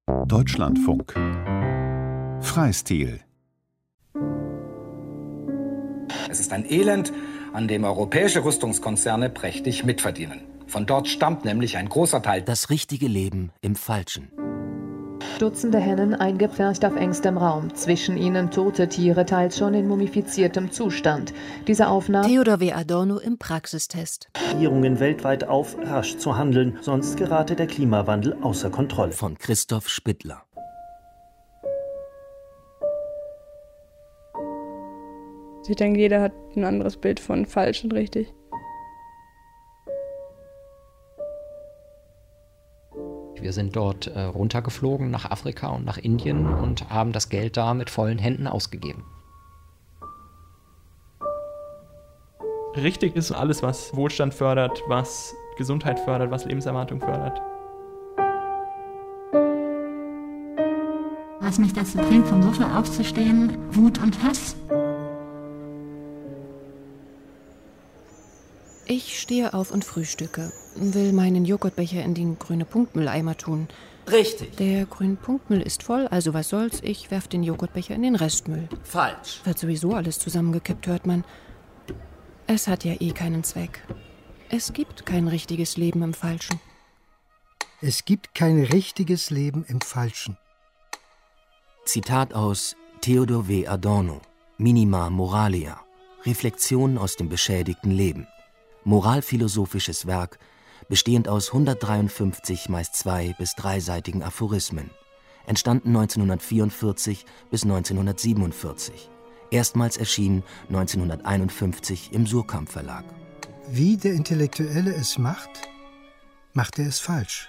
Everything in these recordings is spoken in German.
Deutschlandfunk Freistil. Es ist ein Elend, an dem europäische Rüstungskonzerne prächtig mitverdienen. Von dort stammt nämlich ein großer Teil. Das richtige Leben im Falschen. Dutzende Hennen eingepfercht auf engstem Raum. Zwischen ihnen tote Tiere, teils schon in mumifiziertem Zustand. Diese Aufnahme. Theodor W. Adorno im Praxistest. Regierungen weltweit auf, rasch zu handeln, sonst gerate der Klimawandel außer Kontrolle. Von Christoph Spittler. Ich denke, jeder hat ein anderes Bild von falsch und richtig. Wir sind dort runtergeflogen nach Afrika und nach Indien und haben das Geld da mit vollen Händen ausgegeben. Richtig ist alles, was Wohlstand fördert, was Gesundheit fördert, was Lebenserwartung fördert. Was mich dazu bringt, vom Sofa aufzustehen, Wut und Hass. Ich stehe auf und frühstücke, will meinen Joghurtbecher in den grüne Punktmülleimer tun. Richtig. Der grüne Punktmüll ist voll, also was soll's, ich werf den Joghurtbecher in den Restmüll. Falsch. Wird sowieso alles zusammengekippt, hört man. Es hat ja eh keinen Zweck. Es gibt kein richtiges Leben im Falschen. Es gibt kein richtiges Leben im Falschen. Zitat aus Theodor W. Adorno, Minima Moralia, Reflexionen aus dem beschädigten Leben. Moralphilosophisches Werk, bestehend aus 153 meist 2- bis 3-seitigen Aphorismen. Entstanden 1944 bis 1947. Erstmals erschienen 1951 im Suhrkamp Verlag. Wie der Intellektuelle es macht, macht er es falsch.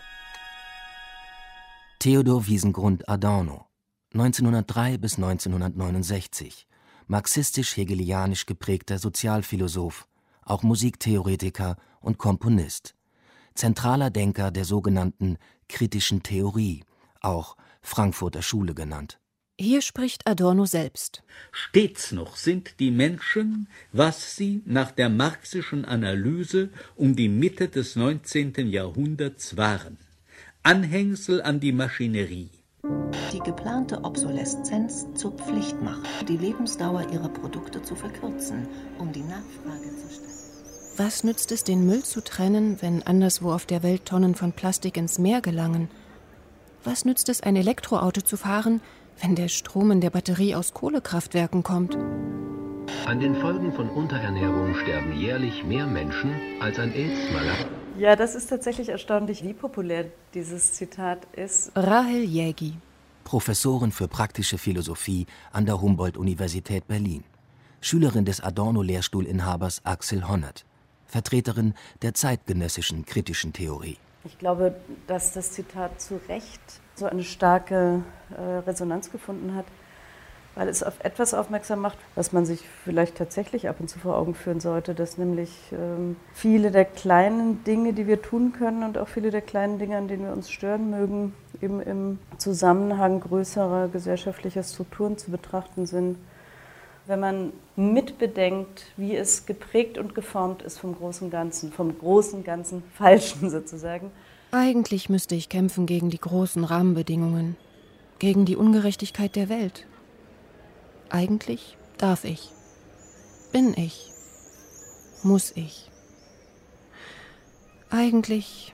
Theodor Wiesengrund Adorno, 1903 bis 1969. Marxistisch-hegelianisch geprägter Sozialphilosoph, auch Musiktheoretiker und Komponist. Zentraler Denker der sogenannten kritischen Theorie, auch Frankfurter Schule genannt. Hier spricht Adorno selbst. Stets noch sind die Menschen, was sie nach der marxischen Analyse um die Mitte des 19. Jahrhunderts waren. Anhängsel an die Maschinerie. Die geplante Obsoleszenz zur Pflicht machen, die Lebensdauer ihrer Produkte zu verkürzen, um die Nachfrage zu stellen. Was nützt es, den Müll zu trennen, wenn anderswo auf der Welt Tonnen von Plastik ins Meer gelangen? Was nützt es, ein Elektroauto zu fahren, wenn der Strom in der Batterie aus Kohlekraftwerken kommt? An den Folgen von Unterernährung sterben jährlich mehr Menschen als an AIDS, Malaria. Ja, das ist tatsächlich erstaunlich, wie populär dieses Zitat ist. Rahel Jägi, Professorin für praktische Philosophie an der Humboldt-Universität Berlin. Schülerin des Adorno-Lehrstuhlinhabers Axel Honneth. Vertreterin der zeitgenössischen kritischen Theorie. Ich glaube, dass das Zitat zu Recht so eine starke Resonanz gefunden hat, weil es auf etwas aufmerksam macht, was man sich vielleicht tatsächlich ab und zu vor Augen führen sollte, dass nämlich viele der kleinen Dinge, die wir tun können und auch viele der kleinen Dinge, an denen wir uns stören mögen, eben im Zusammenhang größerer gesellschaftlicher Strukturen zu betrachten sind. Wenn man mitbedenkt, wie es geprägt und geformt ist vom großen Ganzen Falschen sozusagen. Eigentlich müsste ich kämpfen gegen die großen Rahmenbedingungen, gegen die Ungerechtigkeit der Welt. Eigentlich darf ich, bin ich, muss ich. Eigentlich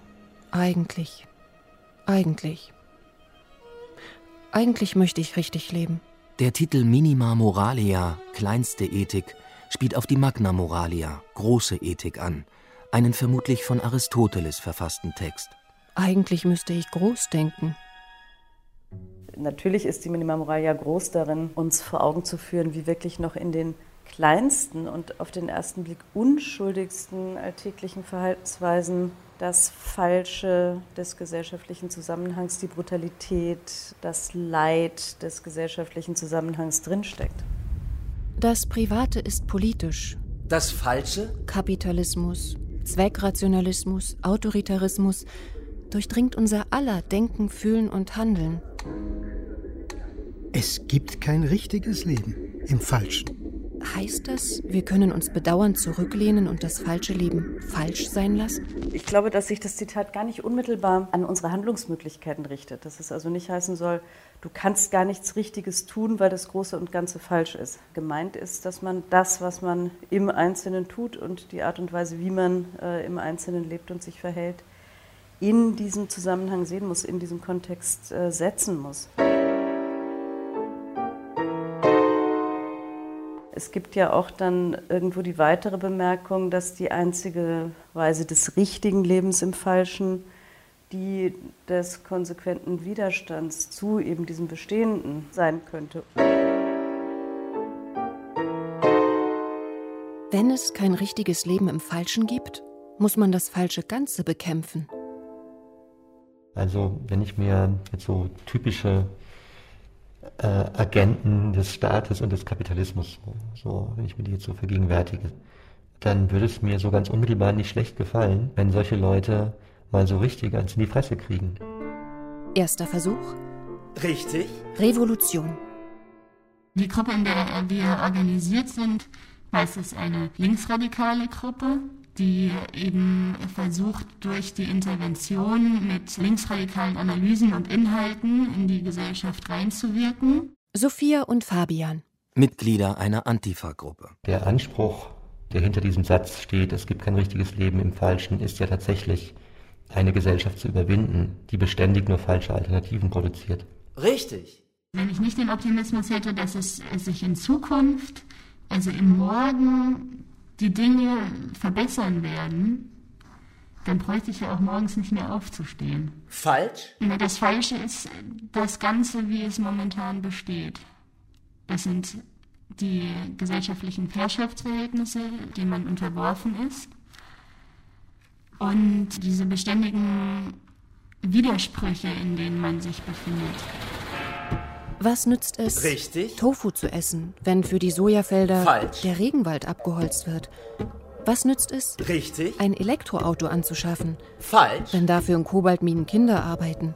möchte ich richtig leben. Der Titel Minima Moralia, kleinste Ethik, spielt auf die Magna Moralia, große Ethik an, einen vermutlich von Aristoteles verfassten Text. Eigentlich müsste ich groß denken. Natürlich ist die Minima Moralia groß darin, uns vor Augen zu führen, wie wirklich noch in den kleinsten und auf den ersten Blick unschuldigsten alltäglichen Verhaltensweisen das Falsche des gesellschaftlichen Zusammenhangs, die Brutalität, das Leid des gesellschaftlichen Zusammenhangs drinsteckt. Das Private ist politisch. Das Falsche? Kapitalismus, Zweckrationalismus, Autoritarismus durchdringt unser aller Denken, Fühlen und Handeln. Es gibt kein richtiges Leben im Falschen. Heißt das, wir können uns bedauernd zurücklehnen und das falsche Leben falsch sein lassen? Ich glaube, dass sich das Zitat gar nicht unmittelbar an unsere Handlungsmöglichkeiten richtet. Dass es also nicht heißen soll, du kannst gar nichts Richtiges tun, weil das Große und Ganze falsch ist. Gemeint ist, dass man das, was man im Einzelnen tut und die Art und Weise, wie man im Einzelnen lebt und sich verhält, in diesem Zusammenhang sehen muss, in diesem Kontext setzen muss. Es gibt ja auch dann irgendwo die weitere Bemerkung, dass die einzige Weise des richtigen Lebens im Falschen die des konsequenten Widerstands zu eben diesem Bestehenden sein könnte. Wenn es kein richtiges Leben im Falschen gibt, muss man das falsche Ganze bekämpfen. Also wenn ich mir jetzt so typische Agenten des Staates und des Kapitalismus, so wenn ich mir die jetzt so vergegenwärtige, dann würde es mir so ganz unmittelbar nicht schlecht gefallen, wenn solche Leute mal so richtig eins in die Fresse kriegen. Erster Versuch. Richtig. Revolution. Die Gruppe, in der wir organisiert sind, das ist eine linksradikale Gruppe, die eben versucht, durch die Intervention mit linksradikalen Analysen und Inhalten in die Gesellschaft reinzuwirken. Sophia und Fabian. Mitglieder einer Antifa-Gruppe. Der Anspruch, der hinter diesem Satz steht, es gibt kein richtiges Leben im Falschen, ist ja tatsächlich, eine Gesellschaft zu überwinden, die beständig nur falsche Alternativen produziert. Richtig. Wenn ich nicht den Optimismus hätte, dass es sich in Zukunft, also im Morgen, die Dinge verbessern werden, dann bräuchte ich ja auch morgens nicht mehr aufzustehen. Falsch? Das Falsche ist das Ganze, wie es momentan besteht. Das sind die gesellschaftlichen Herrschaftsverhältnisse, denen man unterworfen ist. Und diese beständigen Widersprüche, in denen man sich befindet. Was nützt es, Richtig. Tofu zu essen, wenn für die Sojafelder Falsch. der Regenwald abgeholzt wird? Was nützt es, Richtig. ein Elektroauto anzuschaffen, Falsch. wenn dafür in Kobaltminen Kinder arbeiten?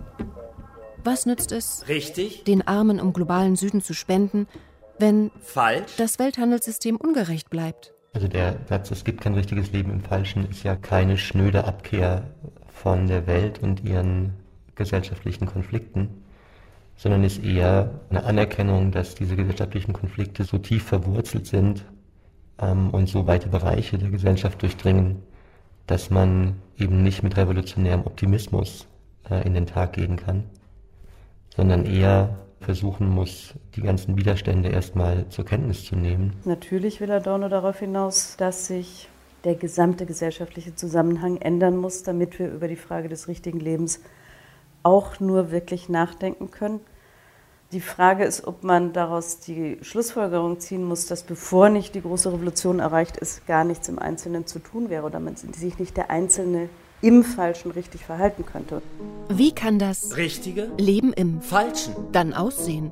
Was nützt es, Richtig. den Armen im globalen Süden zu spenden, wenn Falsch. das Welthandelssystem ungerecht bleibt? Also der Satz, es gibt kein richtiges Leben im Falschen, ist ja keine schnöde Abkehr von der Welt und ihren gesellschaftlichen Konflikten, sondern ist eher eine Anerkennung, dass diese gesellschaftlichen Konflikte so tief verwurzelt sind und so weite Bereiche der Gesellschaft durchdringen, dass man eben nicht mit revolutionärem Optimismus in den Tag gehen kann, sondern eher versuchen muss, die ganzen Widerstände erstmal zur Kenntnis zu nehmen. Natürlich will Adorno darauf hinaus, dass sich der gesamte gesellschaftliche Zusammenhang ändern muss, damit wir über die Frage des richtigen Lebens auch nur wirklich nachdenken können. Die Frage ist, ob man daraus die Schlussfolgerung ziehen muss, dass bevor nicht die große Revolution erreicht ist, gar nichts im Einzelnen zu tun wäre oder man sich nicht der Einzelne im Falschen richtig verhalten könnte. Wie kann das Richtige Leben im Falschen dann aussehen?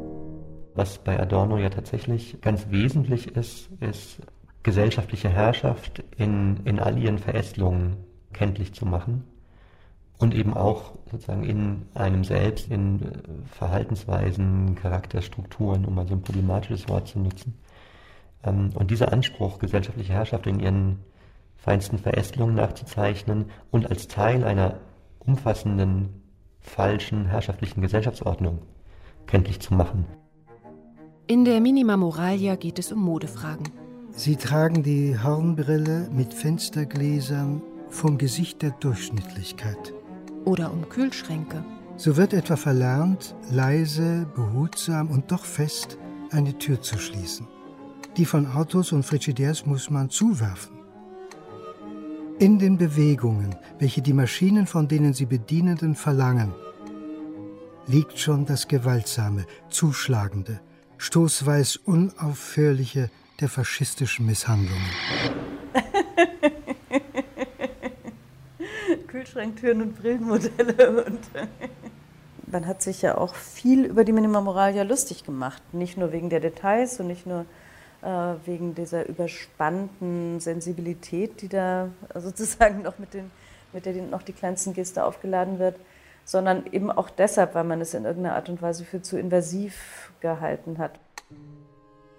Was bei Adorno ja tatsächlich ganz wesentlich ist, ist gesellschaftliche Herrschaft in all ihren Verästelungen kenntlich zu machen. Und eben auch sozusagen in einem selbst, in Verhaltensweisen, Charakterstrukturen, um mal so ein problematisches Wort zu nutzen. Und dieser Anspruch, gesellschaftliche Herrschaft in ihren feinsten Verästelungen nachzuzeichnen und als Teil einer umfassenden, falschen, herrschaftlichen Gesellschaftsordnung kenntlich zu machen. In der Minima Moralia geht es um Modefragen. Sie tragen die Hornbrille mit Fenstergläsern vom Gesicht der Durchschnittlichkeit. Oder um Kühlschränke. So wird etwa verlernt, leise, behutsam und doch fest eine Tür zu schließen. Die von Autos und Frigidaires muss man zuwerfen. In den Bewegungen, welche die Maschinen, von denen sie Bedienenden verlangen, liegt schon das Gewaltsame, Zuschlagende, stoßweis Unaufhörliche der faschistischen Misshandlungen. Kühlschranktüren und Brillenmodelle. Und man hat sich ja auch viel über die Minima Moralia lustig gemacht. Nicht nur wegen der Details und nicht nur wegen dieser überspannten Sensibilität, die da sozusagen noch mit der noch die kleinsten Geste aufgeladen wird, sondern eben auch deshalb, weil man es in irgendeiner Art und Weise für zu invasiv gehalten hat.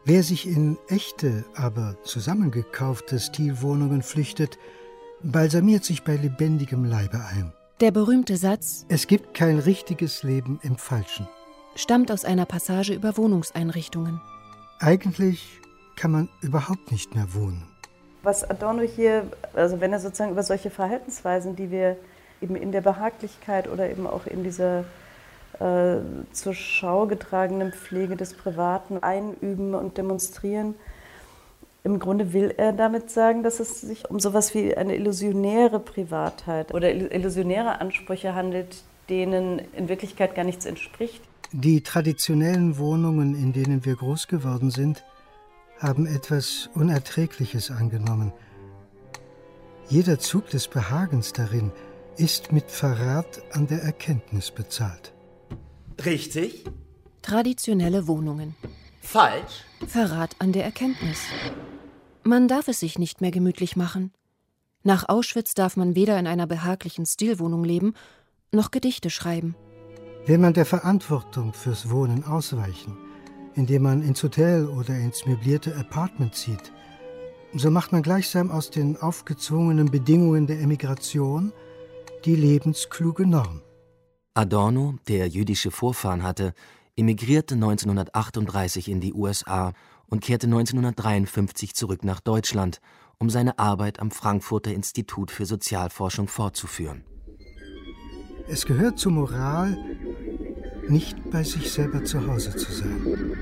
Wer sich in echte, aber zusammengekaufte Stilwohnungen flüchtet, balsamiert sich bei lebendigem Leibe ein. Der berühmte Satz »Es gibt kein richtiges Leben im Falschen« stammt aus einer Passage über Wohnungseinrichtungen. Eigentlich kann man überhaupt nicht mehr wohnen. Was Adorno hier, also wenn er sozusagen über solche Verhaltensweisen, die wir eben in der Behaglichkeit oder eben auch in dieser zur Schau getragenen Pflege des Privaten einüben und demonstrieren, im Grunde will er damit sagen, dass es sich um sowas wie eine illusionäre Privatheit oder illusionäre Ansprüche handelt, denen in Wirklichkeit gar nichts entspricht. Die traditionellen Wohnungen, in denen wir groß geworden sind, haben etwas Unerträgliches angenommen. Jeder Zug des Behagens darin ist mit Verrat an der Erkenntnis bezahlt. Richtig. Traditionelle Wohnungen. Falsch. Verrat an der Erkenntnis. Man darf es sich nicht mehr gemütlich machen. Nach Auschwitz darf man weder in einer behaglichen Stilwohnung leben, noch Gedichte schreiben. Will man der Verantwortung fürs Wohnen ausweichen, indem man ins Hotel oder ins möblierte Apartment zieht, so macht man gleichsam aus den aufgezwungenen Bedingungen der Emigration die lebenskluge Norm. Adorno, der jüdische Vorfahren hatte, emigrierte 1938 in die USA und kehrte 1953 zurück nach Deutschland, um seine Arbeit am Frankfurter Institut für Sozialforschung fortzuführen. Es gehört zur Moral, nicht bei sich selber zu Hause zu sein.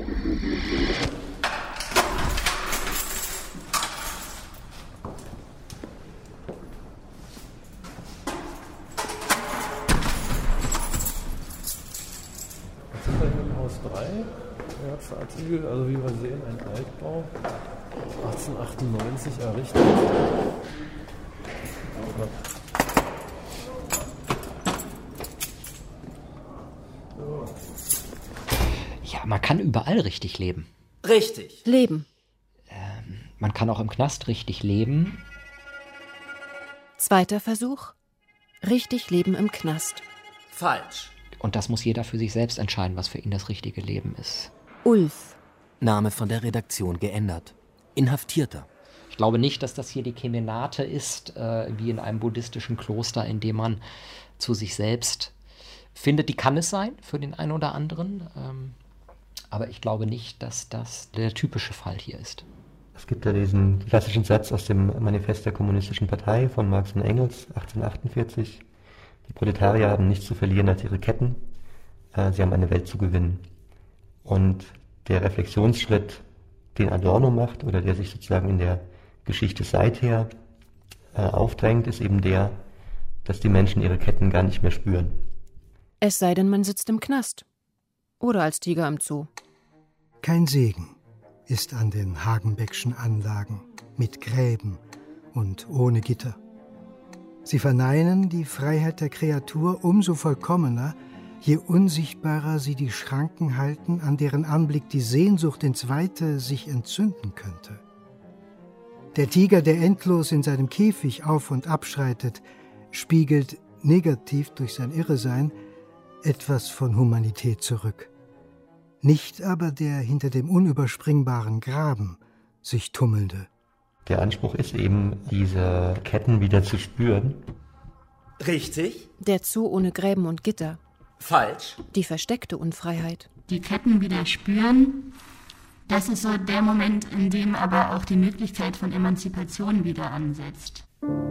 Haus 3, Erdfahrtshügel, also wie wir sehen, ein Altbau, 1898 errichtet. Ja, man kann überall richtig leben. Richtig. Leben. Man kann auch im Knast richtig leben. Zweiter Versuch. Richtig leben im Knast. Falsch. Und das muss jeder für sich selbst entscheiden, was für ihn das richtige Leben ist. Ulf. Name von der Redaktion geändert. Inhaftierter. Ich glaube nicht, dass das hier die Kemenate ist, wie in einem buddhistischen Kloster, in dem man zu sich selbst findet. Die kann es sein für den einen oder anderen. Aber ich glaube nicht, dass das der typische Fall hier ist. Es gibt ja diesen klassischen Satz aus dem Manifest der Kommunistischen Partei von Marx und Engels, 1848. Die Proletarier haben nichts zu verlieren als ihre Ketten, sie haben eine Welt zu gewinnen. Und der Reflexionsschritt, den Adorno macht oder der sich sozusagen in der Geschichte seither aufdrängt, ist eben der, dass die Menschen ihre Ketten gar nicht mehr spüren. Es sei denn, man sitzt im Knast oder als Tiger im Zoo. Kein Segen ist an den Hagenbeckschen Anlagen mit Gräben und ohne Gitter. Sie verneinen die Freiheit der Kreatur umso vollkommener, je unsichtbarer sie die Schranken halten, an deren Anblick die Sehnsucht ins Weite sich entzünden könnte. Der Tiger, der endlos in seinem Käfig auf und ab schreitet, spiegelt negativ durch sein Irresein etwas von Humanität zurück. Nicht aber der hinter dem unüberspringbaren Graben sich tummelnde. Der Anspruch ist eben, diese Ketten wieder zu spüren. Richtig. Der Zoo ohne Gräben und Gitter. Falsch. Die versteckte Unfreiheit. Die Ketten wieder spüren, das ist so der Moment, in dem aber auch die Möglichkeit von Emanzipation wieder ansetzt.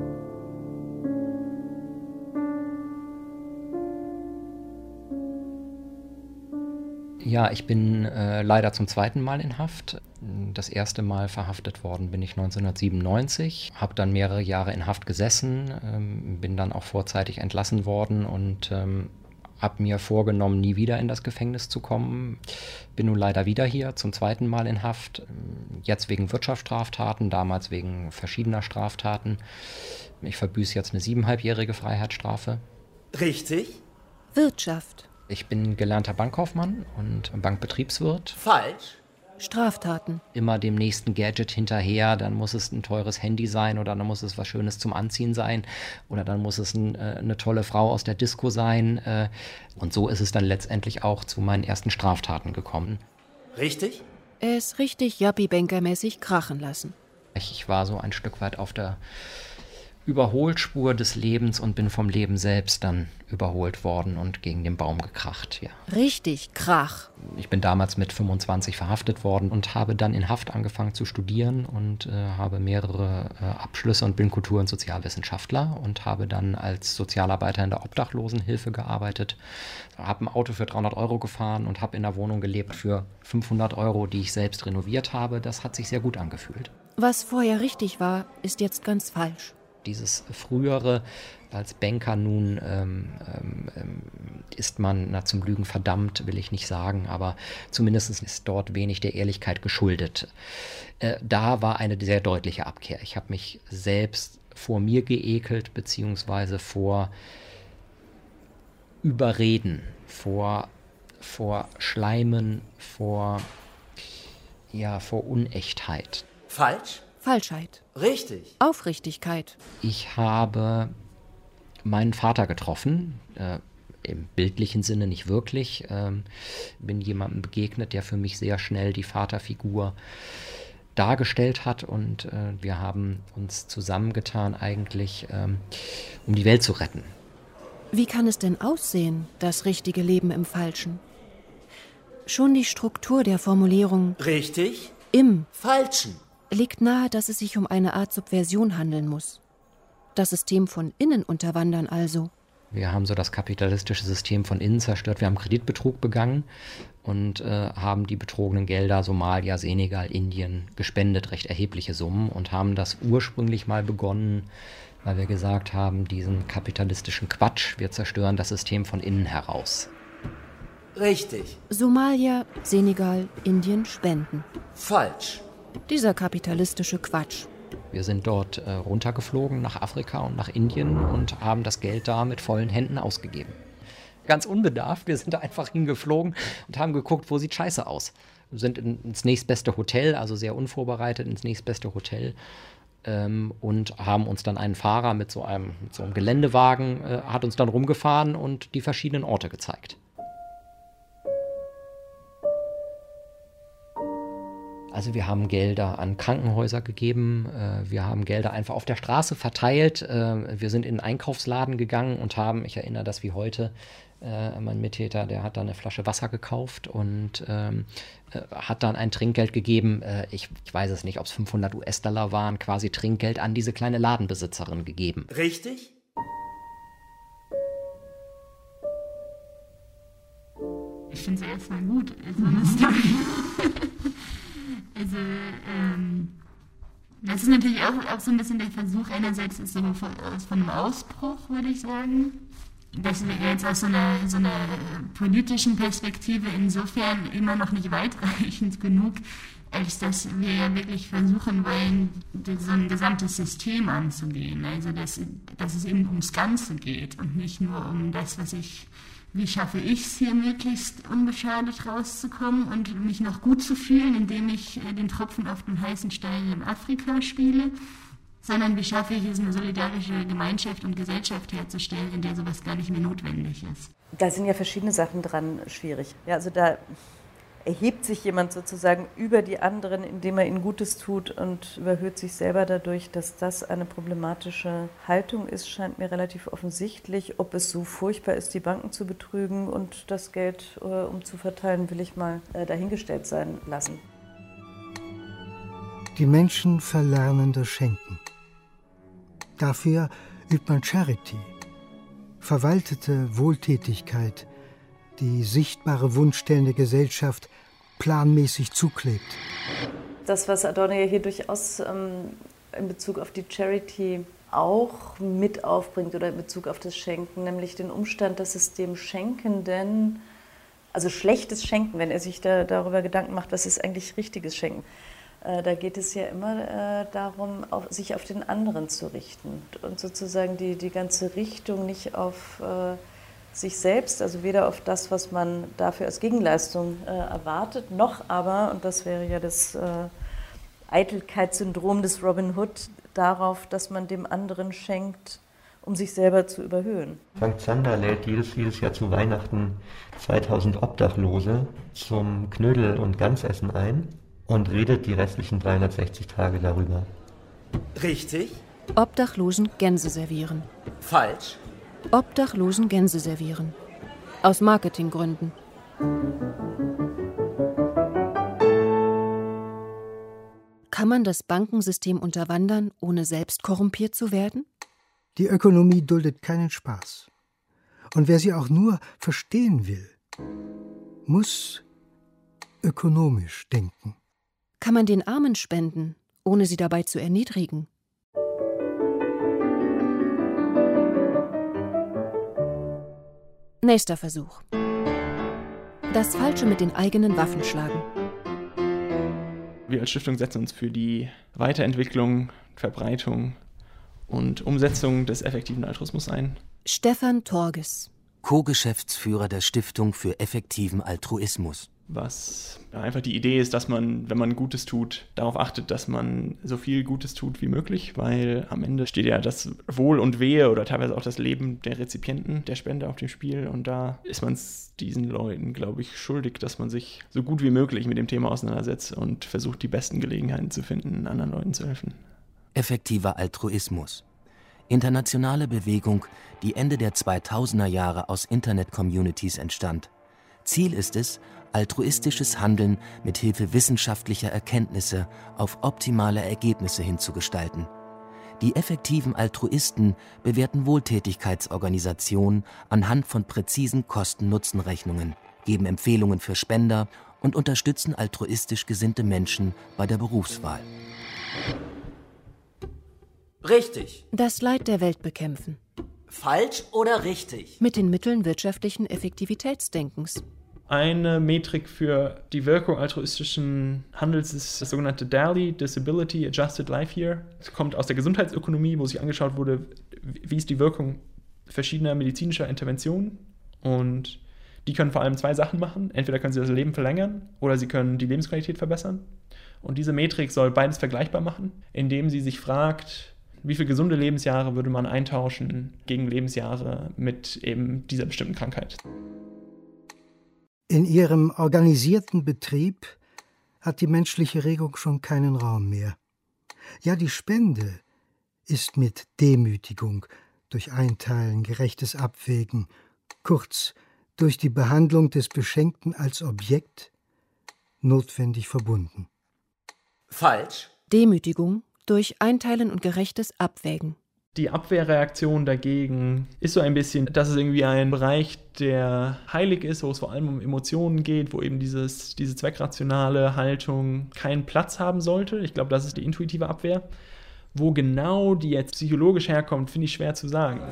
Ja, ich bin leider zum zweiten Mal in Haft. Das erste Mal verhaftet worden bin ich 1997, habe dann mehrere Jahre in Haft gesessen, bin dann auch vorzeitig entlassen worden und habe mir vorgenommen, nie wieder in das Gefängnis zu kommen. Bin nun leider wieder hier, zum zweiten Mal in Haft, jetzt wegen Wirtschaftsstraftaten, damals wegen verschiedener Straftaten. Ich verbüße jetzt eine 7,5-jährige Freiheitsstrafe. Richtig. Wirtschaft. Ich bin gelernter Bankkaufmann und Bankbetriebswirt. Falsch. Straftaten. Immer dem nächsten Gadget hinterher, dann muss es ein teures Handy sein oder dann muss es was Schönes zum Anziehen sein oder dann muss es eine tolle Frau aus der Disco sein. Und so ist es dann letztendlich auch zu meinen ersten Straftaten gekommen. Richtig. Es richtig Yuppie-Banker-mäßig krachen lassen. Ich war so ein Stück weit auf der Überholspur des Lebens und bin vom Leben selbst dann überholt worden und gegen den Baum gekracht, ja. Richtig Krach. Ich bin damals mit 25 verhaftet worden und habe dann in Haft angefangen zu studieren und habe mehrere Abschlüsse und bin Kultur- und Sozialwissenschaftler und habe dann als Sozialarbeiter in der Obdachlosenhilfe gearbeitet, habe ein Auto für 300 € gefahren und habe in einer Wohnung gelebt für 500 €, die ich selbst renoviert habe. Das hat sich sehr gut angefühlt. Was vorher richtig war, ist jetzt ganz falsch. Dieses frühere, als Banker nun ist man zum Lügen verdammt, will ich nicht sagen, aber zumindest ist dort wenig der Ehrlichkeit geschuldet. Da war eine sehr deutliche Abkehr. Ich habe mich selbst vor mir geekelt, beziehungsweise vor Überreden, vor Schleimen, vor Unechtheit. Falsch? Falschheit. Richtig. Aufrichtigkeit. Ich habe meinen Vater getroffen, im bildlichen Sinne nicht wirklich. Bin jemandem begegnet, der für mich sehr schnell die Vaterfigur dargestellt hat und wir haben uns zusammengetan eigentlich, um die Welt zu retten. Wie kann es denn aussehen, das richtige Leben im Falschen? Schon die Struktur der Formulierung Richtig. Im Falschen legt nahe, dass es sich um eine Art Subversion handeln muss. Das System von innen unterwandern also. Wir haben so das kapitalistische System von innen zerstört. Wir haben Kreditbetrug begangen und haben die betrogenen Gelder Somalia, Senegal, Indien gespendet, recht erhebliche Summen, und haben das ursprünglich mal begonnen, weil wir gesagt haben, diesen kapitalistischen Quatsch, wir zerstören das System von innen heraus. Richtig. Somalia, Senegal, Indien spenden. Falsch. Dieser kapitalistische Quatsch. Wir sind dort runtergeflogen nach Afrika und nach Indien und haben das Geld da mit vollen Händen ausgegeben. Ganz unbedarft, wir sind da einfach hingeflogen und haben geguckt, wo sieht scheiße aus. Wir sind ins nächstbeste Hotel, also sehr unvorbereitet ins nächstbeste Hotel, und haben uns dann einen Fahrer mit so einem Geländewagen, hat uns dann rumgefahren und die verschiedenen Orte gezeigt. Also wir haben Gelder an Krankenhäuser gegeben, wir haben Gelder einfach auf der Straße verteilt, wir sind in einen Einkaufsladen gegangen und haben, ich erinnere das wie heute, mein Mittäter, der hat dann eine Flasche Wasser gekauft und hat dann ein Trinkgeld gegeben, ich weiß es nicht, ob es 500 US-Dollar waren, quasi Trinkgeld an diese kleine Ladenbesitzerin gegeben. Richtig? Ich finde es erstmal gut, so eine Story. Also, das ist natürlich auch so ein bisschen der Versuch, einerseits ist so von einem Ausbruch, würde ich sagen. Das wäre jetzt aus so einer politischen Perspektive insofern immer noch nicht weitreichend genug, als dass wir ja wirklich versuchen wollen, so ein gesamtes System anzugehen. Also, dass es eben ums Ganze geht und nicht nur um das, wie schaffe ich es hier möglichst unbeschadet rauszukommen und mich noch gut zu fühlen, indem ich den Tropfen auf den heißen Stein in Afrika spiele, sondern wie schaffe ich es, eine solidarische Gemeinschaft und Gesellschaft herzustellen, in der sowas gar nicht mehr notwendig ist. Da sind ja verschiedene Sachen dran schwierig. Ja, also da erhebt sich jemand sozusagen über die anderen, indem er ihnen Gutes tut und überhöht sich selber dadurch. Dass das eine problematische Haltung ist, scheint mir relativ offensichtlich. Ob es so furchtbar ist, die Banken zu betrügen und das Geld umzuverteilen, will ich mal dahingestellt sein lassen. Die Menschen verlernen das Schenken. Dafür übt man Charity, verwaltete Wohltätigkeit, die sichtbare Wunschstellen der Gesellschaft planmäßig zuklebt. Das, was Adorno ja hier durchaus in Bezug auf die Charity auch mit aufbringt oder in Bezug auf das Schenken, nämlich den Umstand, dass es dem Schenkenden, also schlechtes Schenken, wenn er sich darüber Gedanken macht, was ist eigentlich richtiges Schenken, da geht es ja immer darum, sich auf den anderen zu richten und sozusagen die ganze Richtung nicht auf sich selbst, also weder auf das, was man dafür als Gegenleistung erwartet, noch aber, und das wäre ja das Eitelkeitssyndrom des Robin Hood, darauf, dass man dem anderen schenkt, um sich selber zu überhöhen. Frank Zander lädt jedes Jahr zu Weihnachten 2000 Obdachlose zum Knödel- und Gansessen ein. und redet die restlichen 360 Tage darüber. Richtig. Obdachlosen Gänse servieren. Falsch. Obdachlosen Gänse servieren. Aus Marketinggründen. Kann man das Bankensystem unterwandern, ohne selbst korrumpiert zu werden? Die Ökonomie duldet keinen Spaß. Und wer sie auch nur verstehen will, muss ökonomisch denken. Kann man den Armen spenden, ohne sie dabei zu erniedrigen? Nächster Versuch. Das Falsche mit den eigenen Waffen schlagen. Wir als Stiftung setzen uns für die Weiterentwicklung, Verbreitung und Umsetzung des effektiven Altruismus ein. Stefan Torges, Co-Geschäftsführer der Stiftung für effektiven Altruismus. Was einfach die Idee ist, dass man, wenn man Gutes tut, darauf achtet, dass man so viel Gutes tut wie möglich, weil am Ende steht ja das Wohl und Wehe oder teilweise auch das Leben der Rezipienten, der Spender auf dem Spiel. Und da ist man es diesen Leuten, glaube ich, schuldig, dass man sich so gut wie möglich mit dem Thema auseinandersetzt und versucht, die besten Gelegenheiten zu finden, anderen Leuten zu helfen. Effektiver Altruismus. Internationale Bewegung, die Ende der 2000er Jahre aus Internet-Communities entstand. Ziel ist es, altruistisches Handeln mit Hilfe wissenschaftlicher Erkenntnisse auf optimale Ergebnisse hinzugestalten. Die effektiven Altruisten bewerten Wohltätigkeitsorganisationen anhand von präzisen Kosten-Nutzen-Rechnungen, geben Empfehlungen für Spender und unterstützen altruistisch gesinnte Menschen bei der Berufswahl. Richtig. Das Leid der Welt bekämpfen. Falsch oder richtig? Mit den Mitteln wirtschaftlichen Effektivitätsdenkens. Eine Metrik für die Wirkung altruistischen Handels ist das sogenannte DALY, Disability Adjusted Life Year. Es kommt aus der Gesundheitsökonomie, wo sich angeschaut wurde, wie ist die Wirkung verschiedener medizinischer Interventionen. Und die können vor allem zwei Sachen machen. Entweder können sie das Leben verlängern oder sie können die Lebensqualität verbessern. Und diese Metrik soll beides vergleichbar machen, indem sie sich fragt, wie viele gesunde Lebensjahre würde man eintauschen gegen Lebensjahre mit eben dieser bestimmten Krankheit. In ihrem organisierten Betrieb hat die menschliche Regung schon keinen Raum mehr. Ja, die Spende ist mit Demütigung, durch Einteilen, gerechtes Abwägen, kurz durch die Behandlung des Beschenkten als Objekt notwendig verbunden. Falsch. Demütigung durch Einteilen und gerechtes Abwägen. Die Abwehrreaktion dagegen ist so ein bisschen, dass es irgendwie ein Bereich, der heilig ist, wo es vor allem um Emotionen geht, wo eben diese zweckrationale Haltung keinen Platz haben sollte. Ich glaube, das ist die intuitive Abwehr. Wo genau die jetzt psychologisch herkommt, finde ich schwer zu sagen.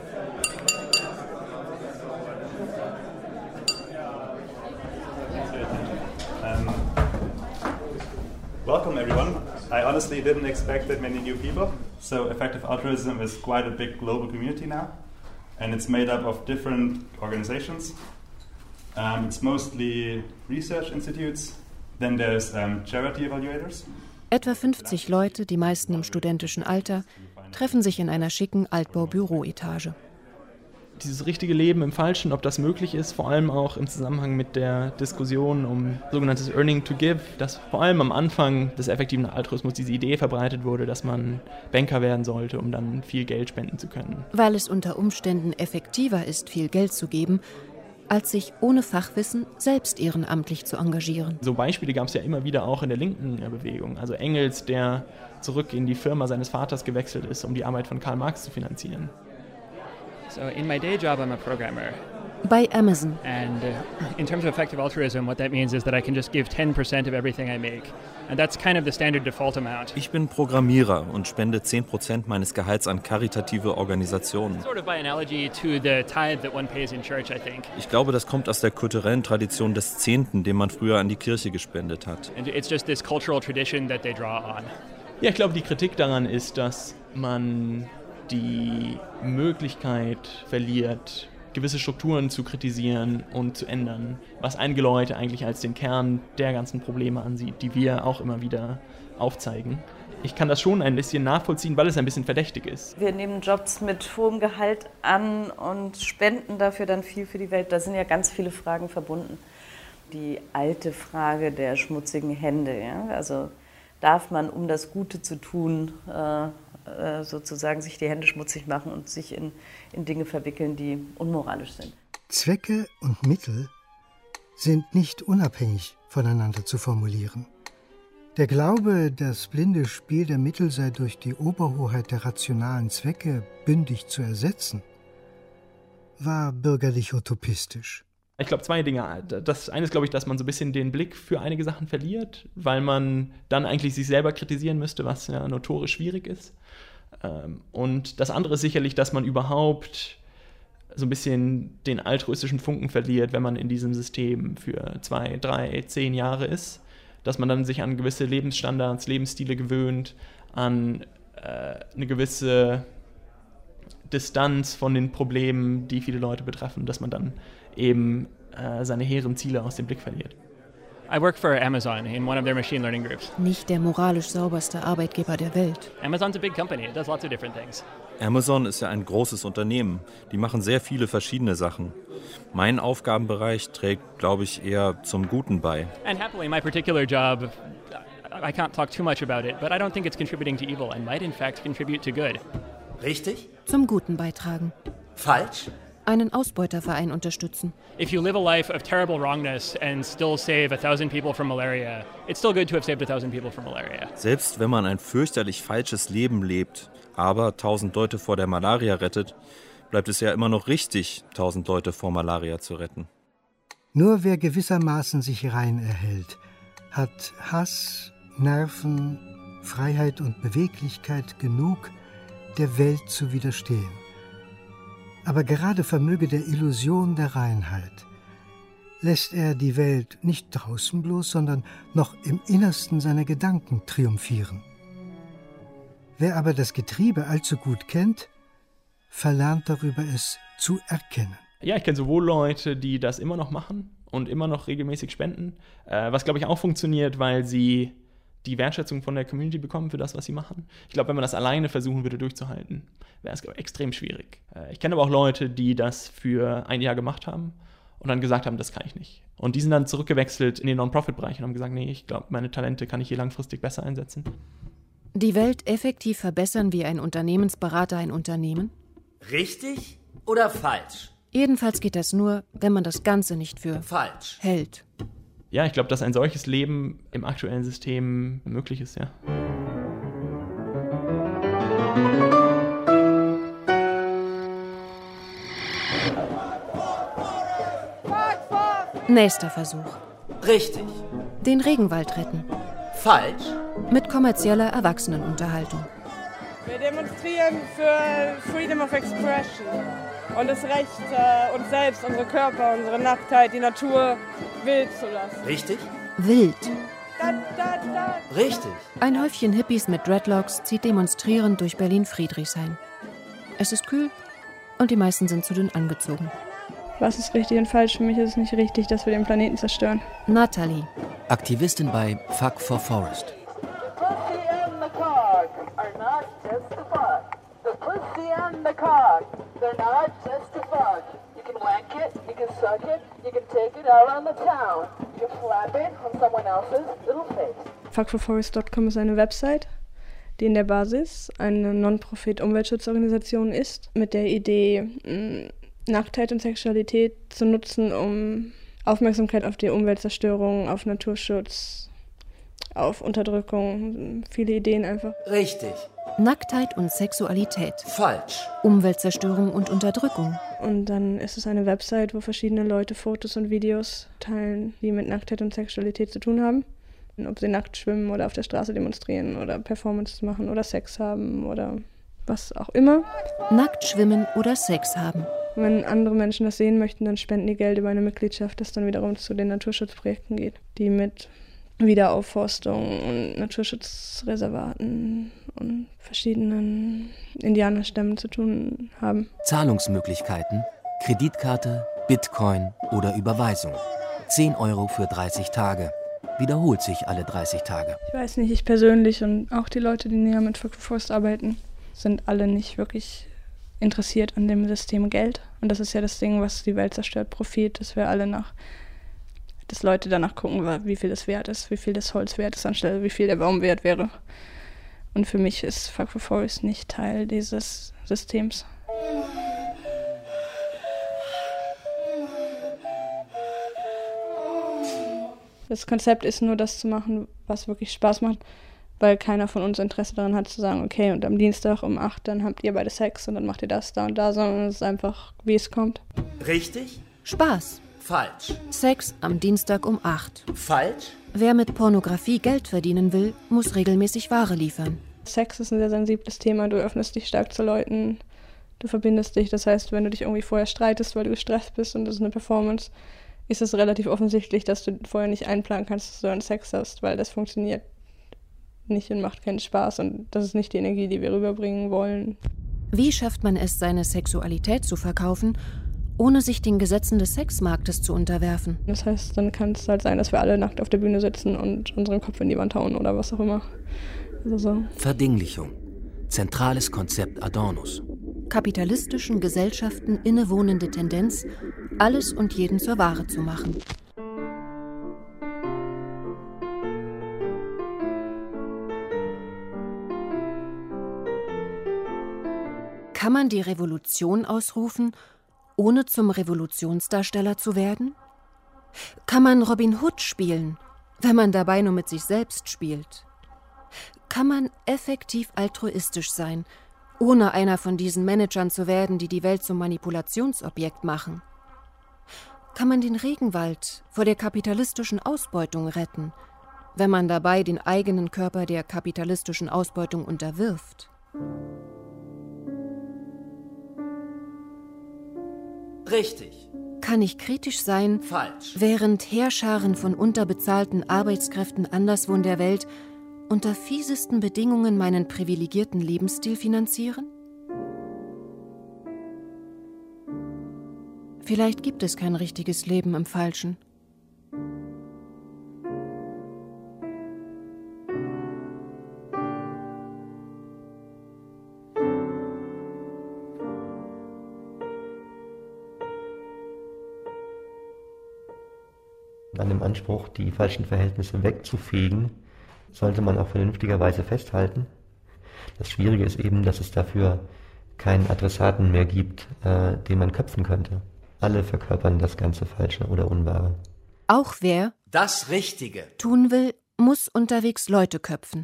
Welcome everyone. I honestly didn't expect that many new people. So effective altruism is quite a big global community now, and it's made up of different organizations. It's mostly research institutes. Then there's charity evaluators. Etwa 50 Leute, die meisten im studentischen Alter, treffen sich in einer schicken Altbau-Büroetage. Dieses richtige Leben im Falschen, ob das möglich ist, vor allem auch im Zusammenhang mit der Diskussion um sogenanntes Earning to Give, dass vor allem am Anfang des effektiven Altruismus diese Idee verbreitet wurde, dass man Banker werden sollte, um dann viel Geld spenden zu können. Weil es unter Umständen effektiver ist, viel Geld zu geben, als sich ohne Fachwissen selbst ehrenamtlich zu engagieren. So Beispiele gab es ja immer wieder auch in der linken Bewegung. Also Engels, der zurück in die Firma seines Vaters gewechselt ist, um die Arbeit von Karl Marx zu finanzieren. So in my day job, I'm a programmer. Bei Amazon. And in terms of effective altruism, what that means is that I can just give 10% of everything I make. And that's kind of the standard default amount. Ich bin Programmierer und spende 10% meines Gehalts an karitative Organisationen. Sort of by analogy to the tithe that one pays in church, I think. Ich glaube, das kommt aus der kulturellen Tradition des Zehnten, den man früher an die Kirche gespendet hat. And it's just this cultural tradition that they draw on. Ja, ich glaube, die Kritik daran ist, dass man die Möglichkeit verliert, gewisse Strukturen zu kritisieren und zu ändern, was einige Leute eigentlich als den Kern der ganzen Probleme ansieht, die wir auch immer wieder aufzeigen. Ich kann das schon ein bisschen nachvollziehen, weil es ein bisschen verdächtig ist. Wir nehmen Jobs mit hohem Gehalt an und spenden dafür dann viel für die Welt. Da sind ja ganz viele Fragen verbunden. Die alte Frage der schmutzigen Hände. Ja? Also darf man, um das Gute zu tun, sozusagen sich die Hände schmutzig machen und sich in Dinge verwickeln, die unmoralisch sind. Zwecke und Mittel sind nicht unabhängig voneinander zu formulieren. Der Glaube, das blinde Spiel der Mittel sei durch die Oberhoheit der rationalen Zwecke bündig zu ersetzen, war bürgerlich utopistisch. Ich glaube, zwei Dinge. Das eine ist, glaube ich, dass man so ein bisschen den Blick für einige Sachen verliert, weil man dann eigentlich sich selber kritisieren müsste, was ja notorisch schwierig ist. Und das andere ist sicherlich, dass man überhaupt so ein bisschen den altruistischen Funken verliert, wenn man in diesem System für 2, 3, 10 Jahre ist, dass man dann sich an gewisse Lebensstandards, Lebensstile gewöhnt, an eine gewisse Distanz von den Problemen, die viele Leute betreffen, dass man dann eben seine hehren Ziele aus dem Blick verliert. I work for Amazon in one of their machine learning groups. Nicht der moralisch sauberste Arbeitgeber der Welt. Amazon's a big company. It does lots of different things. Amazon ist ja ein großes Unternehmen. Die machen sehr viele verschiedene Sachen. Mein Aufgabenbereich trägt, glaube ich, eher zum Guten bei. And happily, my particular job, I can't talk too much about it, but I don't think it's contributing to evil and might in fact contribute to good. Richtig? Zum Guten beitragen. Falsch? Einen Ausbeuterverein unterstützen. If you live a life of terrible wrongness and still save 1,000 people from malaria, it's still good to have saved 1,000 people from malaria. Selbst wenn man ein fürchterlich falsches Leben lebt, aber 1.000 Leute vor der Malaria rettet, bleibt es ja immer noch richtig, 1.000 Leute vor Malaria zu retten. Nur wer gewissermaßen sich rein erhält, hat Hass, Nerven, Freiheit und Beweglichkeit genug, der Welt zu widerstehen. Aber gerade vermöge der Illusion der Reinheit lässt er die Welt nicht draußen bloß, sondern noch im Innersten seiner Gedanken triumphieren. Wer aber das Getriebe allzu gut kennt, verlernt darüber es zu erkennen. Ja, ich kenne sowohl Leute, die das immer noch machen und immer noch regelmäßig spenden, was, glaube ich, auch funktioniert, weil sie die Wertschätzung von der Community bekommen für das, was sie machen. Ich glaube, wenn man das alleine versuchen würde durchzuhalten, wäre es extrem schwierig. Ich kenne aber auch Leute, die das für ein Jahr gemacht haben und dann gesagt haben, das kann ich nicht. Und die sind dann zurückgewechselt in den Non-Profit-Bereich und haben gesagt, nee, ich glaube, meine Talente kann ich hier langfristig besser einsetzen. Die Welt effektiv verbessern wie ein Unternehmensberater ein Unternehmen? Richtig oder falsch? Jedenfalls geht das nur, wenn man das Ganze nicht für falsch hält. Ja, ich glaube, dass ein solches Leben im aktuellen System möglich ist, ja. Nächster Versuch. Richtig. Den Regenwald retten. Falsch. Mit kommerzieller Erwachsenenunterhaltung. Wir demonstrieren für Freedom of Expression und das Recht, uns selbst, unsere Körper, unsere Nacktheit, die Natur wild zu lassen. Richtig? Wild. Richtig. Ein Häufchen Hippies mit Dreadlocks zieht demonstrierend durch Berlin-Friedrichshain. Es ist kühl und die meisten sind zu dünn angezogen. Was ist richtig und falsch? Für mich ist es nicht richtig, dass wir den Planeten zerstören. Nathalie. Aktivistin bei Fuck for Forest. Fuckforforest.com ist eine Website, die in der Basis eine Non-Profit-Umweltschutzorganisation ist, mit der Idee, Nacktheit und Sexualität zu nutzen, um Aufmerksamkeit auf die Umweltzerstörung, auf Naturschutz, auf Unterdrückung, viele Ideen einfach. Richtig. Nacktheit und Sexualität. Falsch. Umweltzerstörung und Unterdrückung. Und dann ist es eine Website, wo verschiedene Leute Fotos und Videos teilen, die mit Nacktheit und Sexualität zu tun haben. Und ob sie nackt schwimmen oder auf der Straße demonstrieren oder Performances machen oder Sex haben oder was auch immer. Nackt schwimmen oder Sex haben. Wenn andere Menschen das sehen möchten, dann spenden die Geld über eine Mitgliedschaft, das dann wiederum zu den Naturschutzprojekten geht, die mit Wiederaufforstung und Naturschutzreservaten und verschiedenen Indianerstämmen zu tun haben. Zahlungsmöglichkeiten, Kreditkarte, Bitcoin oder Überweisung. 10 € für 30 Tage. Wiederholt sich alle 30 Tage. Ich weiß nicht, ich persönlich und auch die Leute, die näher mit Fuck for Forest arbeiten, sind alle nicht wirklich interessiert an dem System Geld. Und das ist ja das Ding, was die Welt zerstört, Profit, dass wir alle nach dass Leute danach gucken, wie viel das wert ist, wie viel das Holz wert ist, anstelle wie viel der Baum wert wäre. Und für mich ist Fuck for Forest nicht Teil dieses Systems. Das Konzept ist nur, das zu machen, was wirklich Spaß macht, weil keiner von uns Interesse daran hat, zu sagen, okay, und am Dienstag um 8, dann habt ihr beide Sex und dann macht ihr das da und da, sondern es ist einfach, wie es kommt. Richtig? Spaß. Falsch. Sex am Dienstag um 8. Falsch? Wer mit Pornografie Geld verdienen will, muss regelmäßig Ware liefern. Sex ist ein sehr sensibles Thema. Du öffnest dich stark zu Leuten, du verbindest dich. Das heißt, wenn du dich irgendwie vorher streitest, weil du gestresst bist und das ist eine Performance, ist es relativ offensichtlich, dass du vorher nicht einplanen kannst, dass du einen Sex hast, weil das funktioniert nicht und macht keinen Spaß und das ist nicht die Energie, die wir rüberbringen wollen. Wie schafft man es, seine Sexualität zu verkaufen, ohne sich den Gesetzen des Sexmarktes zu unterwerfen? Das heißt, dann kann es halt sein, dass wir alle nackt auf der Bühne sitzen und unseren Kopf in die Wand hauen oder was auch immer. Also so. Verdinglichung. Zentrales Konzept Adornos. Kapitalistischen Gesellschaften innewohnende Tendenz, alles und jeden zur Ware zu machen. Kann man die Revolution ausrufen, ohne zum Revolutionsdarsteller zu werden? Kann man Robin Hood spielen, wenn man dabei nur mit sich selbst spielt? Kann man effektiv altruistisch sein, ohne einer von diesen Managern zu werden, die die Welt zum Manipulationsobjekt machen? Kann man den Regenwald vor der kapitalistischen Ausbeutung retten, wenn man dabei den eigenen Körper der kapitalistischen Ausbeutung unterwirft? Richtig. Kann ich kritisch sein, Falsch. Während Heerscharen von unterbezahlten Arbeitskräften anderswo in der Welt unter fiesesten Bedingungen meinen privilegierten Lebensstil finanzieren? Vielleicht gibt es kein richtiges Leben im Falschen. An dem Anspruch, die falschen Verhältnisse wegzufegen, sollte man auch vernünftigerweise festhalten. Das Schwierige ist eben, dass es dafür keinen Adressaten mehr gibt, den man köpfen könnte. Alle verkörpern das ganze Falsche oder Unwahre. Auch wer das Richtige tun will, muss unterwegs Leute köpfen.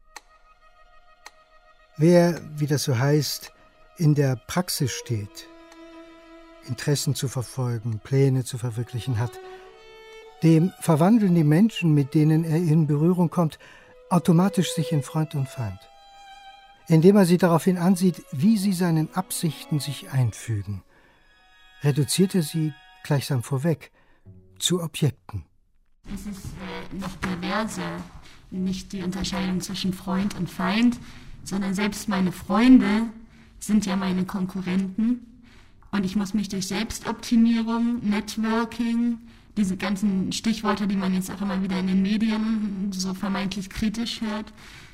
Wer, wie das so heißt, in der Praxis steht, Interessen zu verfolgen, Pläne zu verwirklichen hat, dem verwandeln die Menschen, mit denen er in Berührung kommt, automatisch sich in Freund und Feind, indem er sie daraufhin ansieht, wie sie seinen Absichten sich einfügen. Reduziert er sie gleichsam vorweg zu Objekten. Es ist noch diverser, nicht die Unterscheidung zwischen Freund und Feind, sondern selbst meine Freunde sind ja meine Konkurrenten und ich muss mich durch Selbstoptimierung, Networking, diese ganzen Stichworte, die man jetzt auch immer wieder in den Medien so vermeintlich kritisch hört,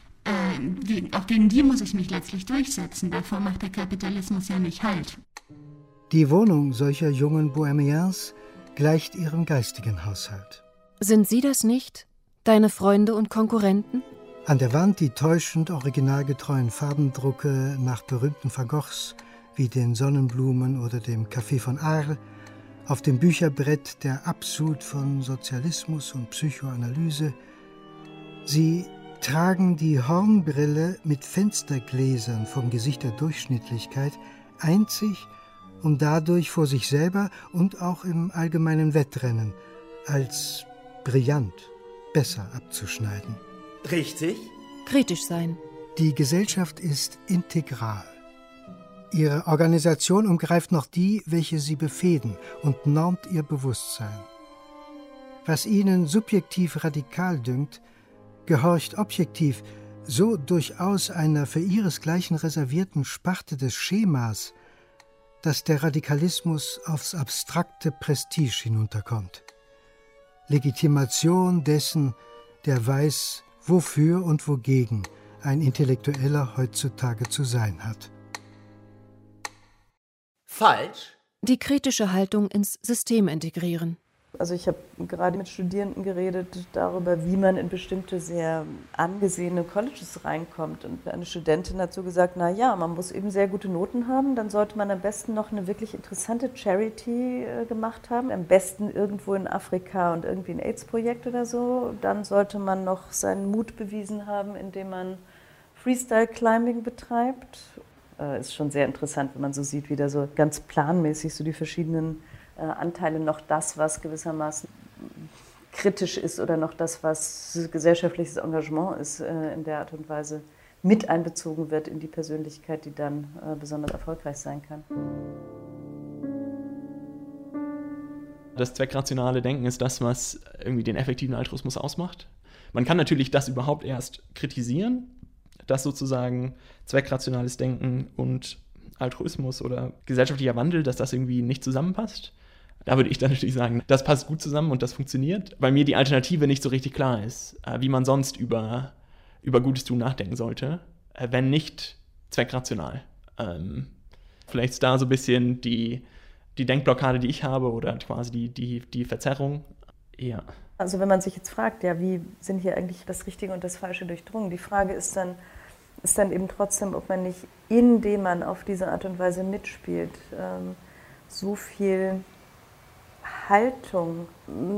auch gegen die muss ich mich letztlich durchsetzen. Davor macht der Kapitalismus ja nicht Halt. Die Wohnung solcher jungen Bohemiens gleicht ihrem geistigen Haushalt. Sind sie das nicht, deine Freunde und Konkurrenten? An der Wand die täuschend originalgetreuen Farbendrucke nach berühmten Van Goghs, wie den Sonnenblumen oder dem Café von Arles, auf dem Bücherbrett der Absud von Sozialismus und Psychoanalyse. Sie tragen die Hornbrille mit Fenstergläsern vom Gesicht der Durchschnittlichkeit, einzig, um dadurch vor sich selber und auch im allgemeinen Wettrennen als brillant besser abzuschneiden. Richtig? Kritisch sein. Die Gesellschaft ist integral. Ihre Organisation umgreift noch die, welche sie befehden und normt ihr Bewusstsein. Was ihnen subjektiv radikal dünkt, gehorcht objektiv so durchaus einer für ihresgleichen reservierten Sparte des Schemas, dass der Radikalismus aufs abstrakte Prestige hinunterkommt. Legitimation dessen, der weiß, wofür und wogegen ein Intellektueller heutzutage zu sein hat. Falsch? Die kritische Haltung ins System integrieren. Also ich habe gerade mit Studierenden geredet darüber, wie man in bestimmte sehr angesehene Colleges reinkommt. Und eine Studentin hat so gesagt, na ja, man muss eben sehr gute Noten haben, dann sollte man am besten noch eine wirklich interessante Charity gemacht haben, am besten irgendwo in Afrika und irgendwie ein AIDS-Projekt oder so. Dann sollte man noch seinen Mut bewiesen haben, indem man Freestyle-Climbing betreibt. Ist schon sehr interessant, wenn man so sieht, wie da so ganz planmäßig so die verschiedenen Anteile, noch das, was gewissermaßen kritisch ist oder noch das, was gesellschaftliches Engagement ist, in der Art und Weise mit einbezogen wird in die Persönlichkeit, die dann besonders erfolgreich sein kann. Das zweckrationale Denken ist das, was irgendwie den effektiven Altruismus ausmacht. Man kann natürlich das überhaupt erst kritisieren, dass sozusagen zweckrationales Denken und Altruismus oder gesellschaftlicher Wandel, dass das irgendwie nicht zusammenpasst. Da würde ich dann natürlich sagen, das passt gut zusammen und das funktioniert, weil mir die Alternative nicht so richtig klar ist, wie man sonst über Gutes tun nachdenken sollte, wenn nicht zweckrational. Vielleicht ist da so ein bisschen die Denkblockade, die ich habe, oder quasi die Verzerrung. Ja. Also wenn man sich jetzt fragt, ja, wie sind hier eigentlich das Richtige und das Falsche durchdrungen? Die Frage ist dann eben trotzdem, ob man nicht, indem man auf diese Art und Weise mitspielt, so viel Haltung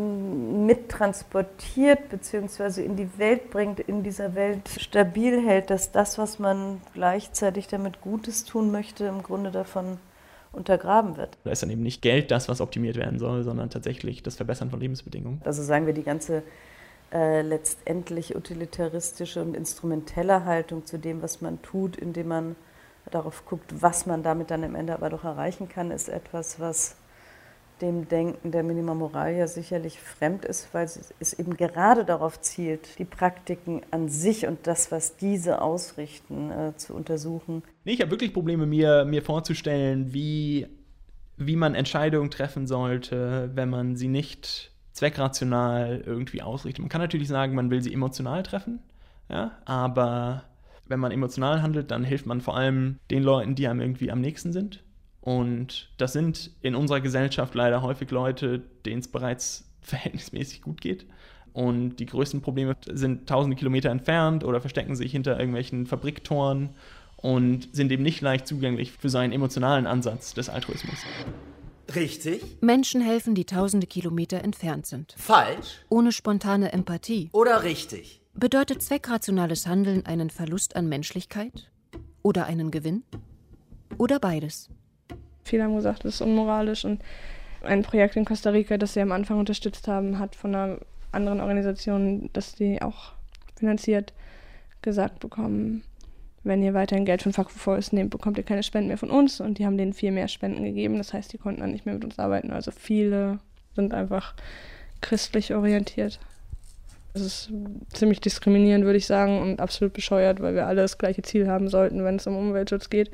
mittransportiert bzw. in die Welt bringt, in dieser Welt stabil hält, dass das, was man gleichzeitig damit Gutes tun möchte, im Grunde davon untergraben wird. Da ist dann eben nicht Geld das, was optimiert werden soll, sondern tatsächlich das Verbessern von Lebensbedingungen. Also sagen wir, die ganze letztendlich utilitaristische und instrumentelle Haltung zu dem, was man tut, indem man darauf guckt, was man damit dann am Ende aber doch erreichen kann, ist etwas, was dem Denken der Minima Moralia sicherlich fremd ist, weil es eben gerade darauf zielt, die Praktiken an sich und das, was diese ausrichten, zu untersuchen. Nee, ich habe wirklich Probleme, mir vorzustellen, wie man Entscheidungen treffen sollte, wenn man sie nicht zweckrational irgendwie ausrichtet. Man kann natürlich sagen, man will sie emotional treffen, ja, aber wenn man emotional handelt, dann hilft man vor allem den Leuten, die einem irgendwie am nächsten sind. Und das sind in unserer Gesellschaft leider häufig Leute, denen es bereits verhältnismäßig gut geht. Und die größten Probleme sind tausende Kilometer entfernt oder verstecken sich hinter irgendwelchen Fabriktoren und sind eben nicht leicht zugänglich für so einen emotionalen Ansatz des Altruismus. Richtig. Menschen helfen, die tausende Kilometer entfernt sind. Falsch. Ohne spontane Empathie. Oder richtig. Bedeutet zweckrationales Handeln einen Verlust an Menschlichkeit? Oder einen Gewinn? Oder beides? Viele haben gesagt, das ist unmoralisch, und ein Projekt in Costa Rica, das sie am Anfang unterstützt haben, hat von einer anderen Organisation, das die auch finanziert, gesagt bekommen, wenn ihr weiterhin Geld von Fuck for Forest nehmt, bekommt ihr keine Spenden mehr von uns, und die haben denen viel mehr Spenden gegeben, das heißt, die konnten dann nicht mehr mit uns arbeiten. Also viele sind einfach christlich orientiert. Das ist ziemlich diskriminierend, würde ich sagen, und absolut bescheuert, weil wir alle das gleiche Ziel haben sollten, wenn es um Umweltschutz geht.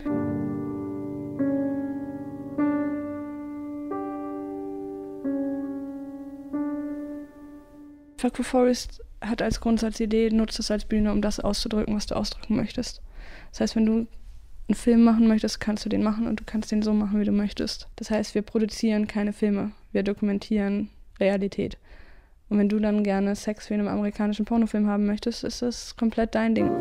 Fuck for Forest hat als Grundsatzidee, nutzt es als Bühne, um das auszudrücken, was du ausdrücken möchtest. Das heißt, wenn du einen Film machen möchtest, kannst du den machen, und du kannst den so machen, wie du möchtest. Das heißt, wir produzieren keine Filme, wir dokumentieren Realität. Und wenn du dann gerne Sex wie in einem amerikanischen Pornofilm haben möchtest, ist das komplett dein Ding.